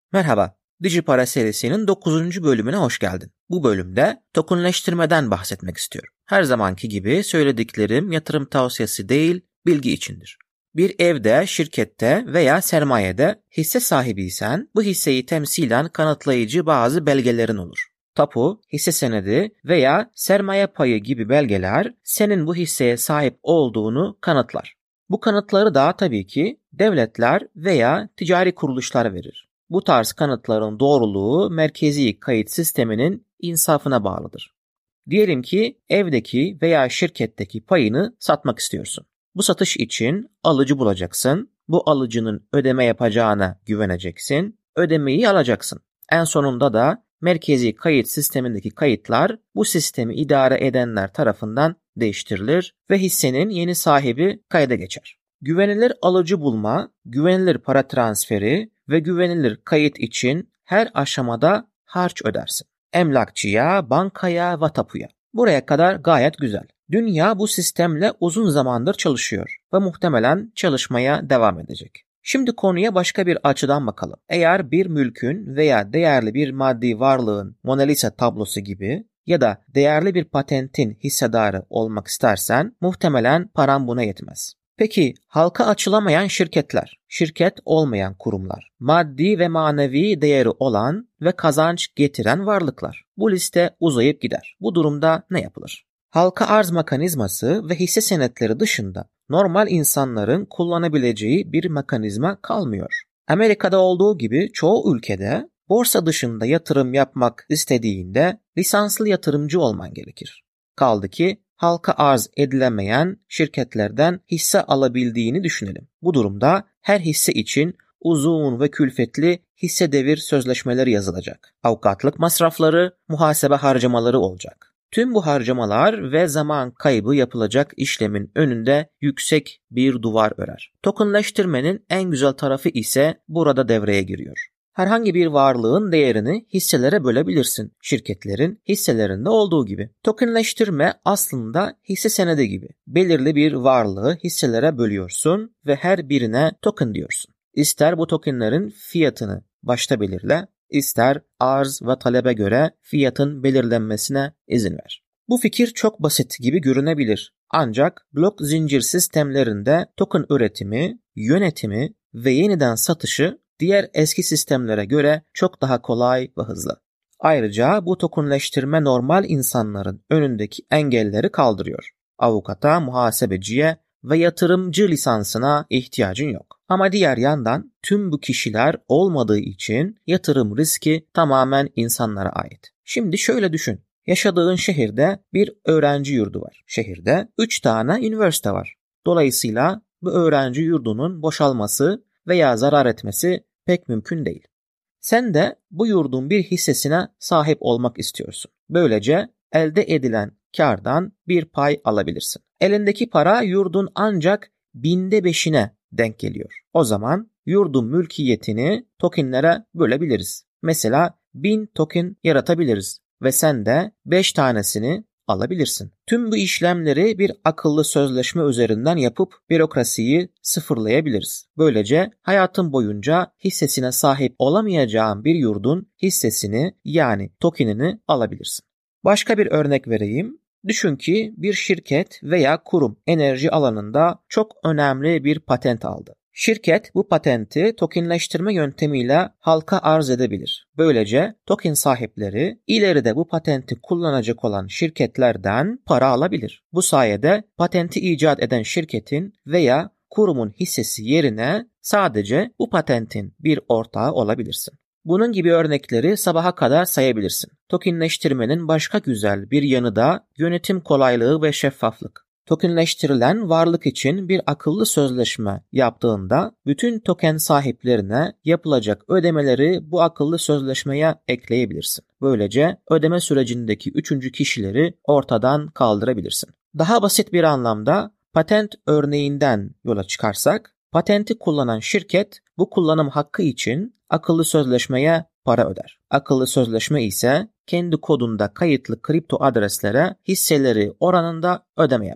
Merhaba, DigiPara serisinin 9. bölümüne hoş geldin. Bu bölümde tokenleştirmeden bahsetmek istiyorum. Her zamanki gibi söylediklerim yatırım tavsiyesi değil, bilgi içindir. Bir evde, şirkette veya sermayede hisse sahibiysen bu hisseyi temsilen kanıtlayıcı bazı belgelerin olur. Tapu, hisse senedi veya sermaye payı gibi belgeler senin bu hisseye sahip olduğunu kanıtlar. Bu kanıtları da tabii ki devletler veya ticari kuruluşlar verir. Bu tarz kanıtların doğruluğu merkezi kayıt sisteminin insafına bağlıdır. Diyelim ki evdeki veya şirketteki payını satmak istiyorsun. Bu satış için alıcı bulacaksın. Bu alıcının ödeme yapacağına güveneceksin. Ödemeyi alacaksın. En sonunda da merkezi kayıt sistemindeki kayıtlar bu sistemi idare edenler tarafından değiştirilir ve hissenin yeni sahibi kayda geçer. Güvenilir alıcı bulma, güvenilir para transferi ve güvenilir kayıt için her aşamada harç ödersin. Emlakçıya, bankaya ve tapuya. Buraya kadar gayet güzel. Dünya bu sistemle uzun zamandır çalışıyor ve muhtemelen çalışmaya devam edecek. Şimdi konuya başka bir açıdan bakalım. Eğer bir mülkün veya değerli bir maddi varlığın Mona Lisa tablosu gibi ya da değerli bir patentin hissedarı olmak istersen muhtemelen paran buna yetmez. Peki halka açılamayan şirketler, şirket olmayan kurumlar, maddi ve manevi değeri olan ve kazanç getiren varlıklar. Bu liste uzayıp gider. Bu durumda ne yapılır? Halka arz mekanizması ve hisse senetleri dışında normal insanların kullanabileceği bir mekanizma kalmıyor. Amerika'da olduğu gibi çoğu ülkede borsa dışında yatırım yapmak istediğinde lisanslı yatırımcı olman gerekir. Kaldı ki halka arz edilemeyen şirketlerden hisse alabildiğini düşünelim. Bu durumda her hisse için uzun ve külfetli hisse devir sözleşmeleri yazılacak. Avukatlık masrafları, muhasebe harcamaları olacak. Tüm bu harcamalar ve zaman kaybı yapılacak işlemin önünde yüksek bir duvar örer. Tokenleştirmenin en güzel tarafı ise burada devreye giriyor. Herhangi bir varlığın değerini hisselere bölebilirsin. Şirketlerin hisselerinde olduğu gibi. Tokenleştirme aslında hisse senedi gibi. Belirli bir varlığı hisselere bölüyorsun ve her birine token diyorsun. İster bu tokenlerin fiyatını başta belirle, ister arz ve talebe göre fiyatın belirlenmesine izin ver. Bu fikir çok basit gibi görünebilir. Ancak blok zincir sistemlerinde token üretimi, yönetimi ve yeniden satışı diğer eski sistemlere göre çok daha kolay ve hızlı. Ayrıca bu tokenleştirme normal insanların önündeki engelleri kaldırıyor. Avukata, muhasebeciye ve yatırımcı lisansına ihtiyacın yok. Ama diğer yandan tüm bu kişiler olmadığı için yatırım riski tamamen insanlara ait. Şimdi şöyle düşün. Yaşadığın şehirde bir öğrenci yurdu var. Şehirde 3 tane üniversite var. Dolayısıyla bu öğrenci yurdunun boşalması veya zarar etmesi pek mümkün değil. Sen de bu yurdun bir hissesine sahip olmak istiyorsun. Böylece elde edilen kardan bir pay alabilirsin. Elindeki para yurdun ancak 5/1000'ine denk geliyor. O zaman yurdun mülkiyetini tokenlere bölebiliriz. Mesela 1000 token yaratabiliriz ve sen de 5 tanesini alabilirsin. Tüm bu işlemleri bir akıllı sözleşme üzerinden yapıp bürokrasiyi sıfırlayabiliriz. Böylece hayatın boyunca hissesine sahip olamayacağın bir yurdun hissesini yani tokenini alabilirsin. Başka bir örnek vereyim. Düşün ki bir şirket veya kurum enerji alanında çok önemli bir patent aldı. Şirket bu patenti tokenleştirme yöntemiyle halka arz edebilir. Böylece token sahipleri ileride bu patenti kullanacak olan şirketlerden para alabilir. Bu sayede patenti icat eden şirketin veya kurumun hissesi yerine sadece bu patentin bir ortağı olabilirsin. Bunun gibi örnekleri sabaha kadar sayabilirsin. Tokenleştirmenin başka güzel bir yanı da yönetim kolaylığı ve şeffaflık. Tokenleştirilen varlık için bir akıllı sözleşme yaptığında bütün token sahiplerine yapılacak ödemeleri bu akıllı sözleşmeye ekleyebilirsin. Böylece ödeme sürecindeki üçüncü kişileri ortadan kaldırabilirsin. Daha basit bir anlamda patent örneğinden yola çıkarsak, patenti kullanan şirket bu kullanım hakkı için akıllı sözleşmeye para öder. Akıllı sözleşme ise kendi kodunda kayıtlı kripto adreslere hisseleri oranında ödeme yapar.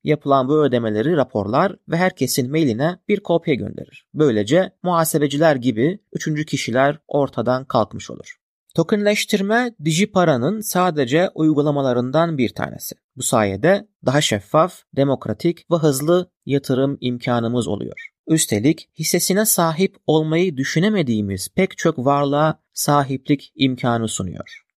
yapılan bu ödemeleri raporlar ve herkesin mailine bir kopya gönderir. Böylece muhasebeciler gibi üçüncü kişiler ortadan kalkmış olur. Tokenleştirme, DigiPara'nın sadece uygulamalarından bir tanesi. Bu sayede daha şeffaf, demokratik ve hızlı yatırım imkanımız oluyor. Üstelik hissesine sahip olmayı düşünemediğimiz pek çok varlığa sahiplik imkanı sunuyor.